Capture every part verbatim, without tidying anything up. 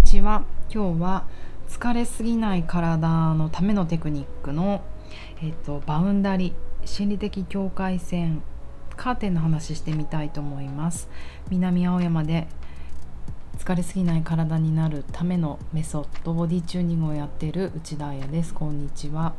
ちは。今日は疲れすぎない体のためのテクニックの、えっと、バウンダリ心理的境界線カーテンの話してみたいと思います。南青山で疲れすぎない体になるためのメソッドボディチューニングをやっている内田彩です。こんにちは。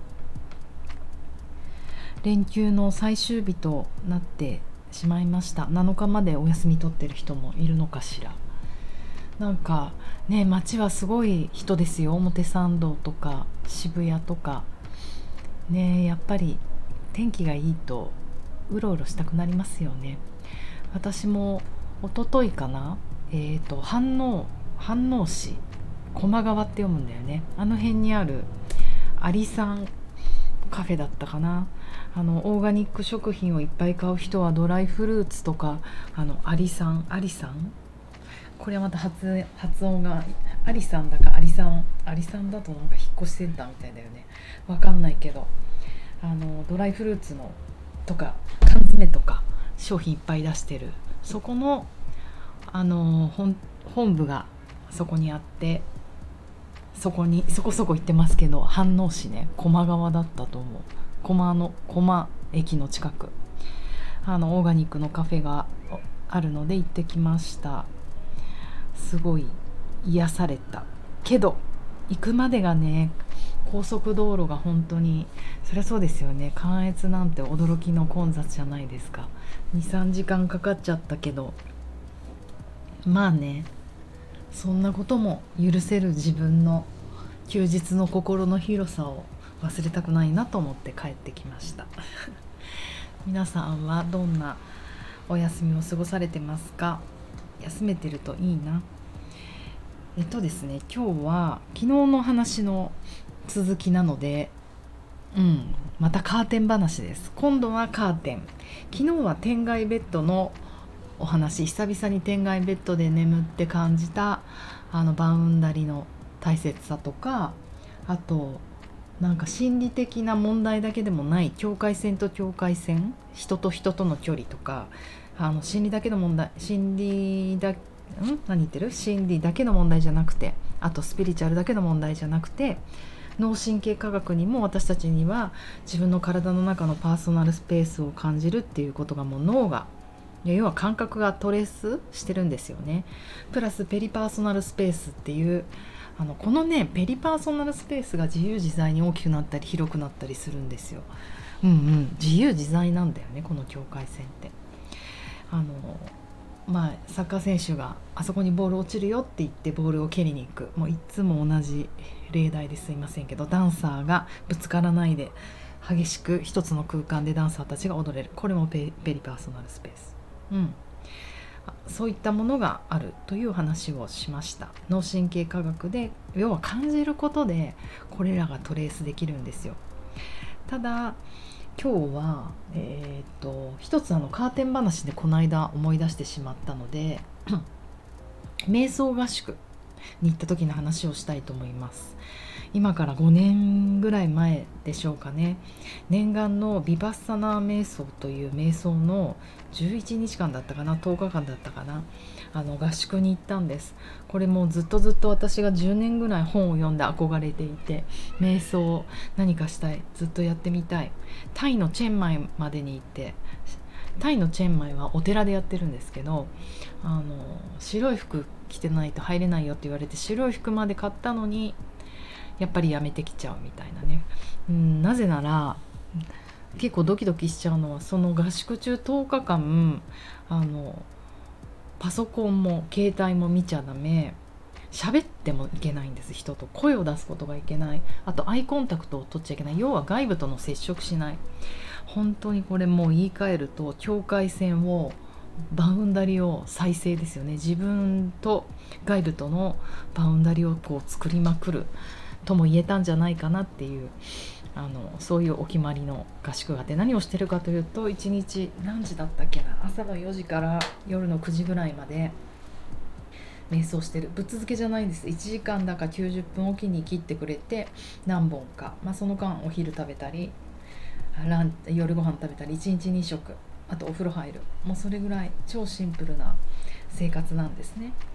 連休の最終日となってしまいました。なのかまでお休み取ってる人もいるのかしら。なんかね、街はすごい人ですよ。表参道とか渋谷とかね、やっぱり天気がいいとうろうろしたくなりますよね。私も一昨日かな、えーと飯能飯能市駒川って読むんだよね。あの辺にあるアリさんカフェだったかな。あのオーガニック食品をいっぱい買う人はドライフルーツとか、あのアリさんアリさんこれはまた 発, 発音がアリさんだかアリさんアリさんだとなんか引っ越しセンターみたいだよね。わかんないけど、あのドライフルーツのとか缶詰とか商品いっぱい出してる、そこのあの 本, 本部がそこにあって、そこにそこそこ行ってますけど、飯能市ね、駒川だったと思う。駒の駒駅の近く、あのオーガニックのカフェがあるので行ってきました。すごい癒されたけど、行くまでがね、高速道路が本当に、そりゃそうですよね、関越なんて驚きの混雑じゃないですか。 にさんじかんかかっちゃったけど、まあね、そんなことも許せる自分の休日の心の広さを忘れたくないなと思って帰ってきました皆さんはどんなお休みを過ごされてますか？休めてるといいな。えっとですね今日は昨日の話の続きなので、うんまたカーテン話です。今度はカーテン。昨日は天外ベッドのお話、久々に天外ベッドで眠って感じたあのバウンダリの大切さとか、あとなんか心理的な問題だけでもない境界線と境界線、人と人との距離とか、あの心理だけの問題、心理だん何言ってる心理だけの問題じゃなくて、あとスピリチュアルだけの問題じゃなくて、脳神経科学にも私たちには自分の体の中のパーソナルスペースを感じるっていうことが、もう脳が要は感覚がトレースしてるんですよね。プラスペリパーソナルスペースっていう、あのこのねペリパーソナルスペースが自由自在に大きくなったり広くなったりするんですよ。うんうん自由自在なんだよね、この境界線って。あのまあサッカー選手があそこにボール落ちるよって言ってボールを蹴りに行く、もういつも同じ例題ですいませんけど、ダンサーがぶつからないで激しく一つの空間でダンサーたちが踊れる、これもペペリパーソナルスペース。うんそういったものがあるという話をしました。脳神経科学で要は感じることでこれらがトレースできるんですよ。ただ今日は、えー、と一つあのカーテン話でこの間思い出してしまったので瞑想合宿に行った時の話をしたいと思います。今からごねんぐらい前でしょうかね。念願のビパッサナー瞑想という瞑想のじゅういちにちかんだったかな、とおかかんだったかな、あの合宿に行ったんです。これもずっとずっと私がじゅうねんぐらい本を読んで憧れていて、瞑想何かしたい、ずっとやってみたい。タイのチェンマイまでに行って、タイのチェンマイはお寺でやってるんですけど、あの白い服着てないと入れないよって言われて、白い服まで買ったのにやっぱりやめてきちゃうみたいなね。うん、なぜなら結構ドキドキしちゃうのは、その合宿中とおかかんあのパソコンも携帯も見ちゃダメ、喋ってもいけないんです。人と声を出すことがいけない、あとアイコンタクトを取っちゃいけない、要は外部との接触しない。本当にこれもう言い換えると境界線を、バウンダリを再生ですよね。自分と外部とのバウンダリをこう作りまくるとも言えたんじゃないかなっていう、あのそういうお決まりの合宿があって、何をしてるかというと、いちにち何時だったっけな、朝のよじから夜のくじぐらいまで瞑想してる。ぶっ続けじゃないです。いちじかんだかきゅうじゅっぷんおきに切ってくれて何本か、まあ、その間お昼食べたりラン夜ご飯食べたり、いちにちにしょく、あとお風呂入る、もうそれぐらい超シンプルな生活なんですね。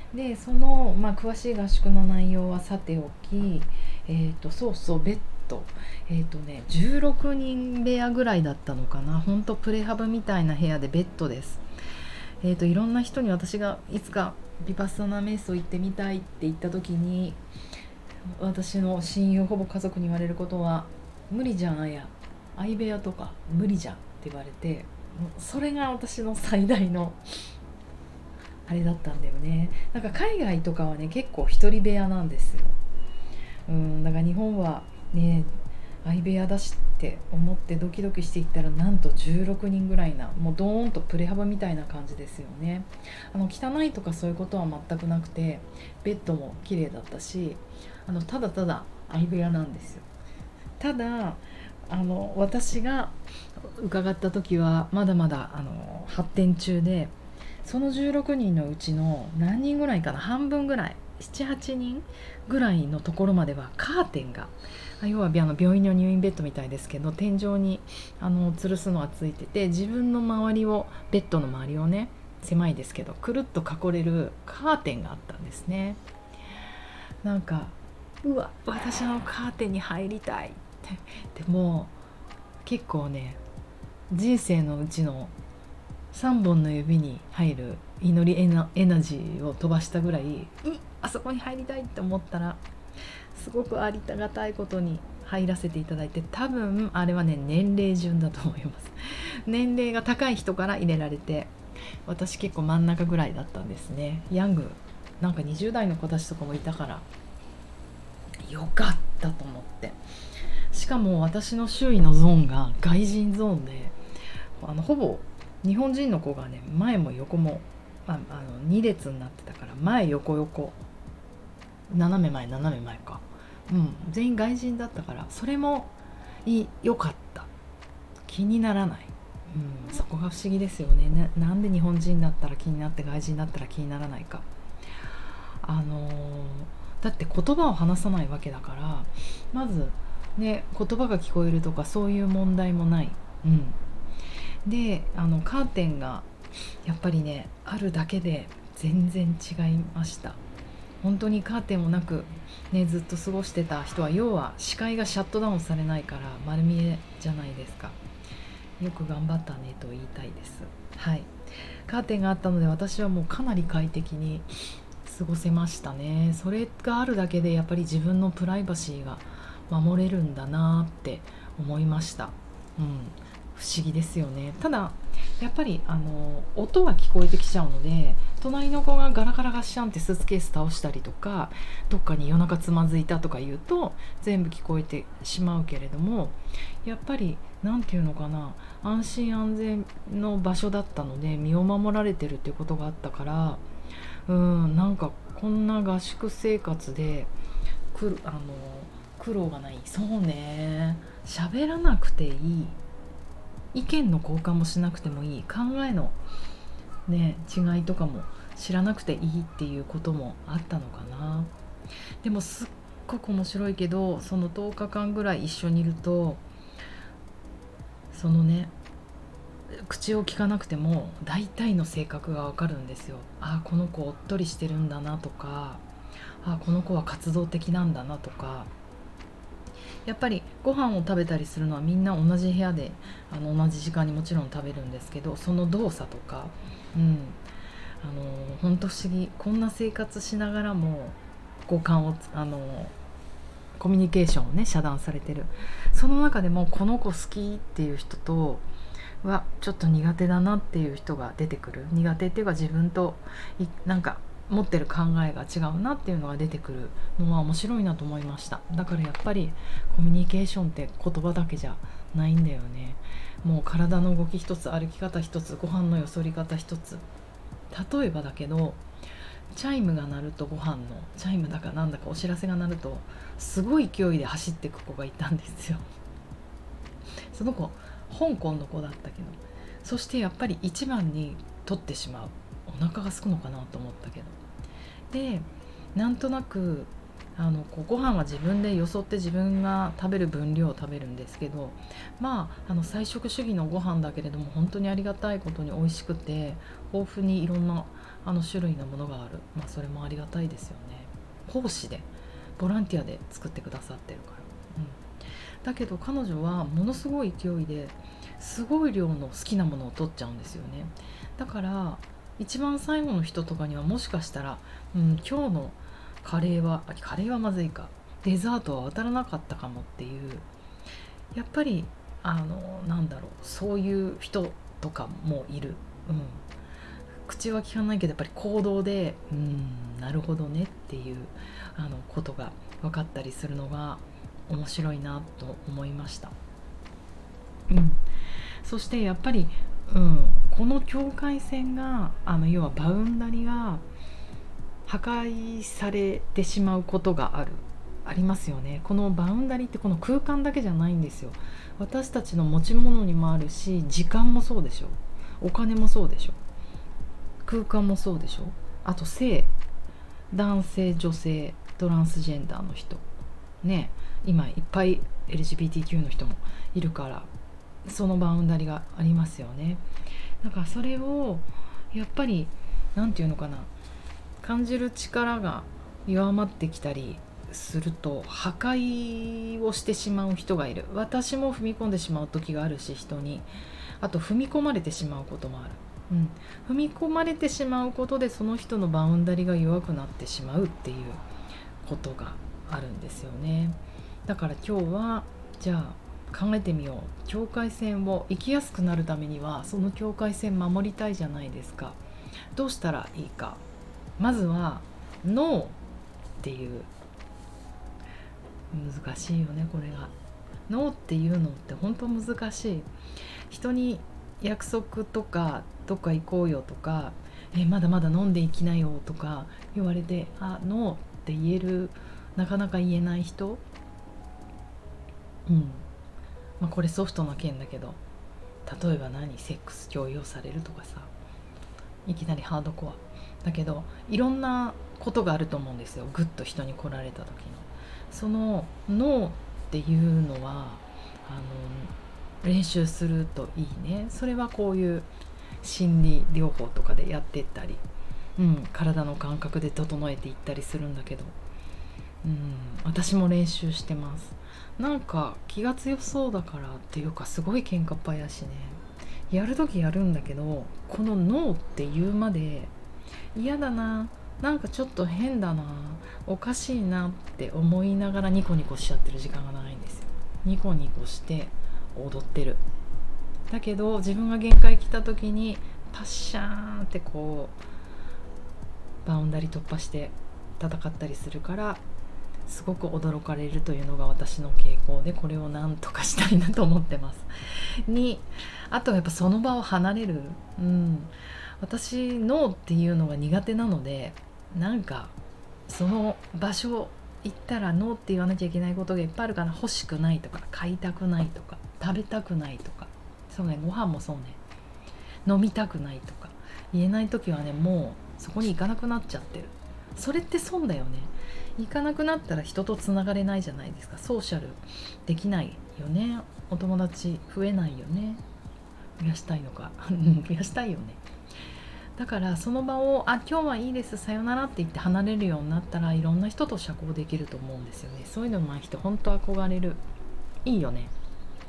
でその、まあ、詳しい合宿の内容はさておき、えー、とそうそうベッドえっ、とねじゅうろくにん部屋ぐらいだったのかな。ほんとプレハブみたいな部屋でベッドです。えー、といろんな人に私がいつかヴィパッサナ瞑想行ってみたいって言った時に、私の親友ほぼ家族に言われることは、無理じゃんあや、相部屋とか無理じゃんって言われて、それが私の最大のあれだったんだよね。なんか海外とかはね結構一人部屋なんですよ。うんだから日本はね相部屋だしって思ってドキドキしていったら、なんとじゅうろくにんぐらいな、もうドーンとプレハブみたいな感じですよね。あの汚いとかそういうことは全くなくて、ベッドも綺麗だったし、あのただただ相部屋なんですよ。ただあの私が伺った時はまだまだあの発展中で、そのじゅうろくにんのうちの何人ぐらいかな、半分ぐらい、ななはちにんぐらいのところまではカーテンが、要はあの病院の入院ベッドみたいですけど、天井にあの吊るすのがついてて、自分の周りを、ベッドの周りをね、狭いですけどくるっと囲れるカーテンがあったんですね。なんかうわ私のカーテンに入りたいって。でも結構ね、人生のうちのさんぼんの指に入る祈りエナ、エナジーを飛ばしたぐらい、うあそこに入りたいって思ったら、すごくありがたいことに入らせていただいて、多分あれはね年齢順だと思います。年齢が高い人から入れられて、私結構真ん中ぐらいだったんですね。ヤングなんかにじゅう代の子たちとかもいたからよかったと思って。しかも私の周囲のゾーンが外人ゾーンで、あのほぼ日本人の子がね、前も横も、ああのに列になってたから、前横横斜め前斜め前か、うん、全員外人だったから、それもい良かった。気にならない、うん、そこが不思議ですよね。ね、なんで日本人だったら気になって外人だったら気にならないか。あのー、だって言葉を話さないわけだから、まずね言葉が聞こえるとかそういう問題もない、うん、であのカーテンがやっぱりねあるだけで全然違いました。本当にカーテンもなく、ね、ずっと過ごしてた人は、要は視界がシャットダウンされないから丸見えじゃないですか。よく頑張ったねと言いたいです。はい、カーテンがあったので私はもうかなり快適に過ごせましたね。それがあるだけでやっぱり自分のプライバシーが守れるんだなって思いました。うん、不思議ですよね。ただやっぱりあの音は聞こえてきちゃうので、隣の子がガラガラガッシャンってスーツケース倒したりとか、どっかに夜中つまずいたとか言うと全部聞こえてしまうけれども、やっぱりなんていうのかな、安心安全の場所だったので、身を守られてるっていうことがあったから、うんなんかこんな合宿生活でくるあの苦労がない。そうね、喋らなくていい、意見の交換もしなくてもいい、考えの、ね、違いとかも知らなくていいっていうこともあったのかな。でもすっごく面白いけど、そのとおかかんぐらい一緒にいると、そのね口を聞かなくても大体の性格がわかるんですよ。あこの子おっとりしてるんだなとか、あこの子は活動的なんだなとか。やっぱりご飯を食べたりするのはみんな同じ部屋で、あの同じ時間にもちろん食べるんですけど、その動作とか、うんあの本当不思議。こんな生活しながらも五感をあのコミュニケーションをね遮断されてる。その中でもこの子好きっていう人とはちょっと苦手だなっていう人が出てくる。苦手っていうか、自分といなんか持ってる考えが違うなっていうのが出てくるのは面白いなと思いました。だからやっぱりコミュニケーションって言葉だけじゃないんだよね。もう体の動き一つ、歩き方一つ、ご飯のよそり方一つ。例えばだけど、チャイムが鳴ると、ご飯のチャイムだかなんだかお知らせが鳴るとすごい勢いで走っていく子がいたんですよ。その子香港の子だったけど、そしてやっぱり一番に取ってしまう。お腹が空くのかなと思ったけど、でなんとなくあのこうご飯は自分でよそって自分が食べる分量を食べるんですけど、まあ、あの菜食主義のご飯だけれども本当にありがたいことに美味しくて豊富にいろんなあの種類のものがある、まあ、それもありがたいですよね。奉仕でボランティアで作ってくださってるから、うん、だけど彼女はものすごい勢いですごい量の好きなものを取っちゃうんですよね。だから一番最後の人とかにはもしかしたら、うん、今日のカレーはカレーはまずいか、デザートは渡らなかったかもっていう、やっぱりあのなんだろう、そういう人とかもいる、うん、口は聞かないけどやっぱり行動で、うん、なるほどねっていうあのことが分かったりするのが面白いなと思いました。うん、そしてやっぱり、うん、この境界線があの要はバウンダリが破壊されてしまうことがあるありますよね。このバウンダリってこの空間だけじゃないんですよ。私たちの持ち物にもあるし、時間もそうでしょ、お金もそうでしょ、空間もそうでしょ、あと性、男性女性トランスジェンダーの人ね、今いっぱい エルジービーティーキュー の人もいるから、そのバウンダリがありますよね。だからそれをやっぱりなんていうのかな、感じる力が弱まってきたりすると破壊をしてしまう人がいる。私も踏み込んでしまう時があるし、人にあと踏み込まれてしまうこともある、うん、踏み込まれてしまうことでその人のバウンダリが弱くなってしまうっていうことがあるんですよね。だから今日はじゃあ考えてみよう。境界線を生きやすくなるためにはその境界線守りたいじゃないですか。どうしたらいいか。まずはノーっていう、難しいよねこれが。ノーっていうのって本当難しい。人に約束とかどっか行こうよとか、えまだまだ飲んでいきなよとか言われて、あノーって言える、なかなか言えない人、うんまあ、これソフトな件だけど、例えば何セックス強要されるとかさ、いきなりハードコアだけど、いろんなことがあると思うんですよ。グッと人に来られた時のそのノーっていうのは、あの練習するといいね。それはこういう心理療法とかでやっていったり、うん、体の感覚で整えていったりするんだけど、うん、私も練習してます。なんか気が強そうだからっていうか、すごい喧嘩っ早やしね、やるときやるんだけど、このノーって言うまで嫌だな、なんかちょっと変だな、おかしいなって思いながらニコニコしちゃってる時間が長いんですよ。ニコニコして踊ってる。だけど自分が限界来た時にパッシャーンってこうバウンダリ突破して戦ったりするから、すごく驚かれるというのが私の傾向で、これをなんとかしたいなと思ってます。にあとはやっぱその場を離れる、うん、私ノーっていうのが苦手なので、なんかその場所行ったらノーって言わなきゃいけないことがいっぱいあるから、欲しくないとか買いたくないとか食べたくないとか、そうね、ご飯もそうね、飲みたくないとか言えない時はね、もうそこに行かなくなっちゃってる。それって損だよね。行かなくなったら人とつながれないじゃないですか。ソーシャルできないよね。お友達増えないよね。増やしたいのか増やしたいよね。だからその場を、あ今日はいいですさよならって言って離れるようになったら、いろんな人と社交できると思うんですよね。そういうの上手い人本当憧れる。いいよね。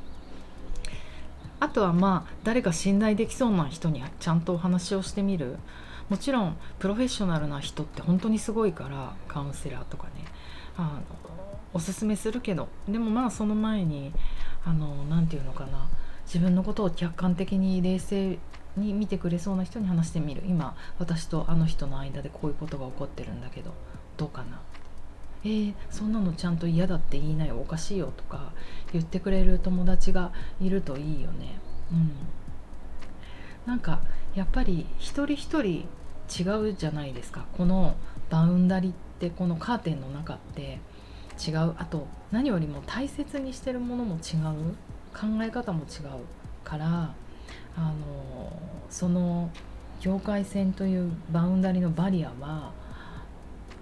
あとはまあ誰か信頼できそうな人にちゃんとお話をしてみる。もちろんプロフェッショナルな人って本当にすごいから、カウンセラーとかね、あのおすすめするけど、でもまあその前にあのなんていうのかな、自分のことを客観的に冷静に見てくれそうな人に話してみる。今私とあの人の間でこういうことが起こってるんだけどどうかな、えー、そんなのちゃんと嫌だって言いなよ、おかしいよとか言ってくれる友達がいるといいよね。うん、なんかやっぱり一人一人違うじゃないですか。このバウンダリって、このカーテンの中って違う。あと何よりも大切にしてるものも違う、考え方も違うから、あのその境界線というバウンダリのバリアは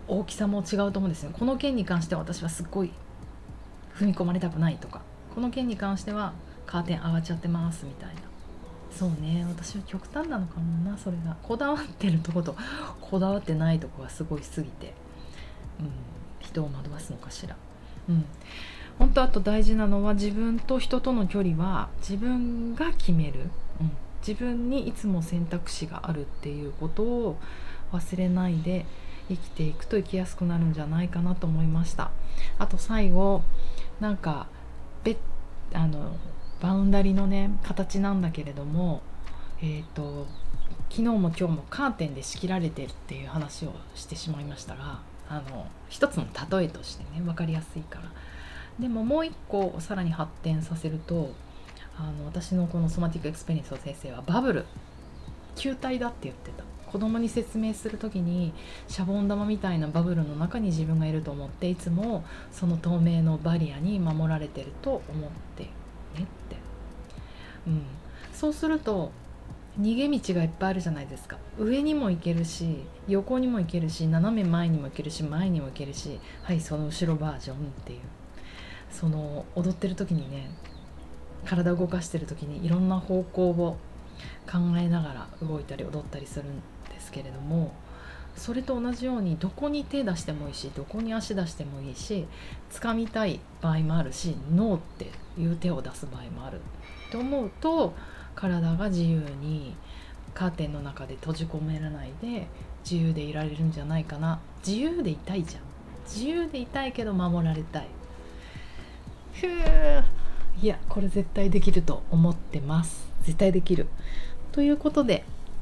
大きさも違うと思うんですよ。この件に関しては私はすっごい踏み込まれたくないとか、この件に関してはカーテン上がっちゃってますみたいな。そうね、私は極端なのかもな。それがこだわってるとことこだわってないとこがすごい過ぎて、うん、人を惑わすのかしら。うん本当あと大事なのは、自分と人との距離は自分が決める、うん、自分にいつも選択肢があるっていうことを忘れないで生きていくと生きやすくなるんじゃないかなと思いました。あと最後、なんかべあのバウンダリのね形なんだけれども、えーと昨日も今日もカーテンで仕切られてるっていう話をしてしまいましたが、あの一つの例えとしてね分かりやすいから。でももう一個さらに発展させると、あの私のこのソマティックエクスペリエンスの先生はバブル球体だって言ってた。子供に説明するときに、シャボン玉みたいなバブルの中に自分がいると思って、いつもその透明のバリアに守られてると思ってねって、うん、そうすると逃げ道がいっぱいあるじゃないですか。上にも行けるし、横にも行けるし、斜め前にも行けるし、前にも行けるし、はいその後ろバージョンっていう、その踊ってる時にね、体を動かしてる時にいろんな方向を考えながら動いたり踊ったりするんですけれども、それと同じようにどこに手出してもいいし、どこに足出してもいいし、掴みたい場合もあるし、ノーっていう手を出す場合もあると思うと、体が自由にカーテンの中で閉じ込めらないで自由でいられるんじゃないかな。自由でいたいじゃん。自由でいたいけど守られたい。ふう、いやこれ絶対できると思ってます。絶対できるということで、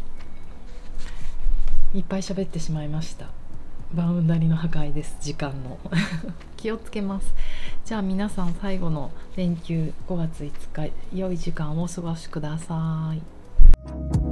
いっぱい喋ってしまいました。バウンダリの破壊です。時間の気をつけます。じゃあ皆さん、最後の連休ごがついつか良い時間をお過ごしください。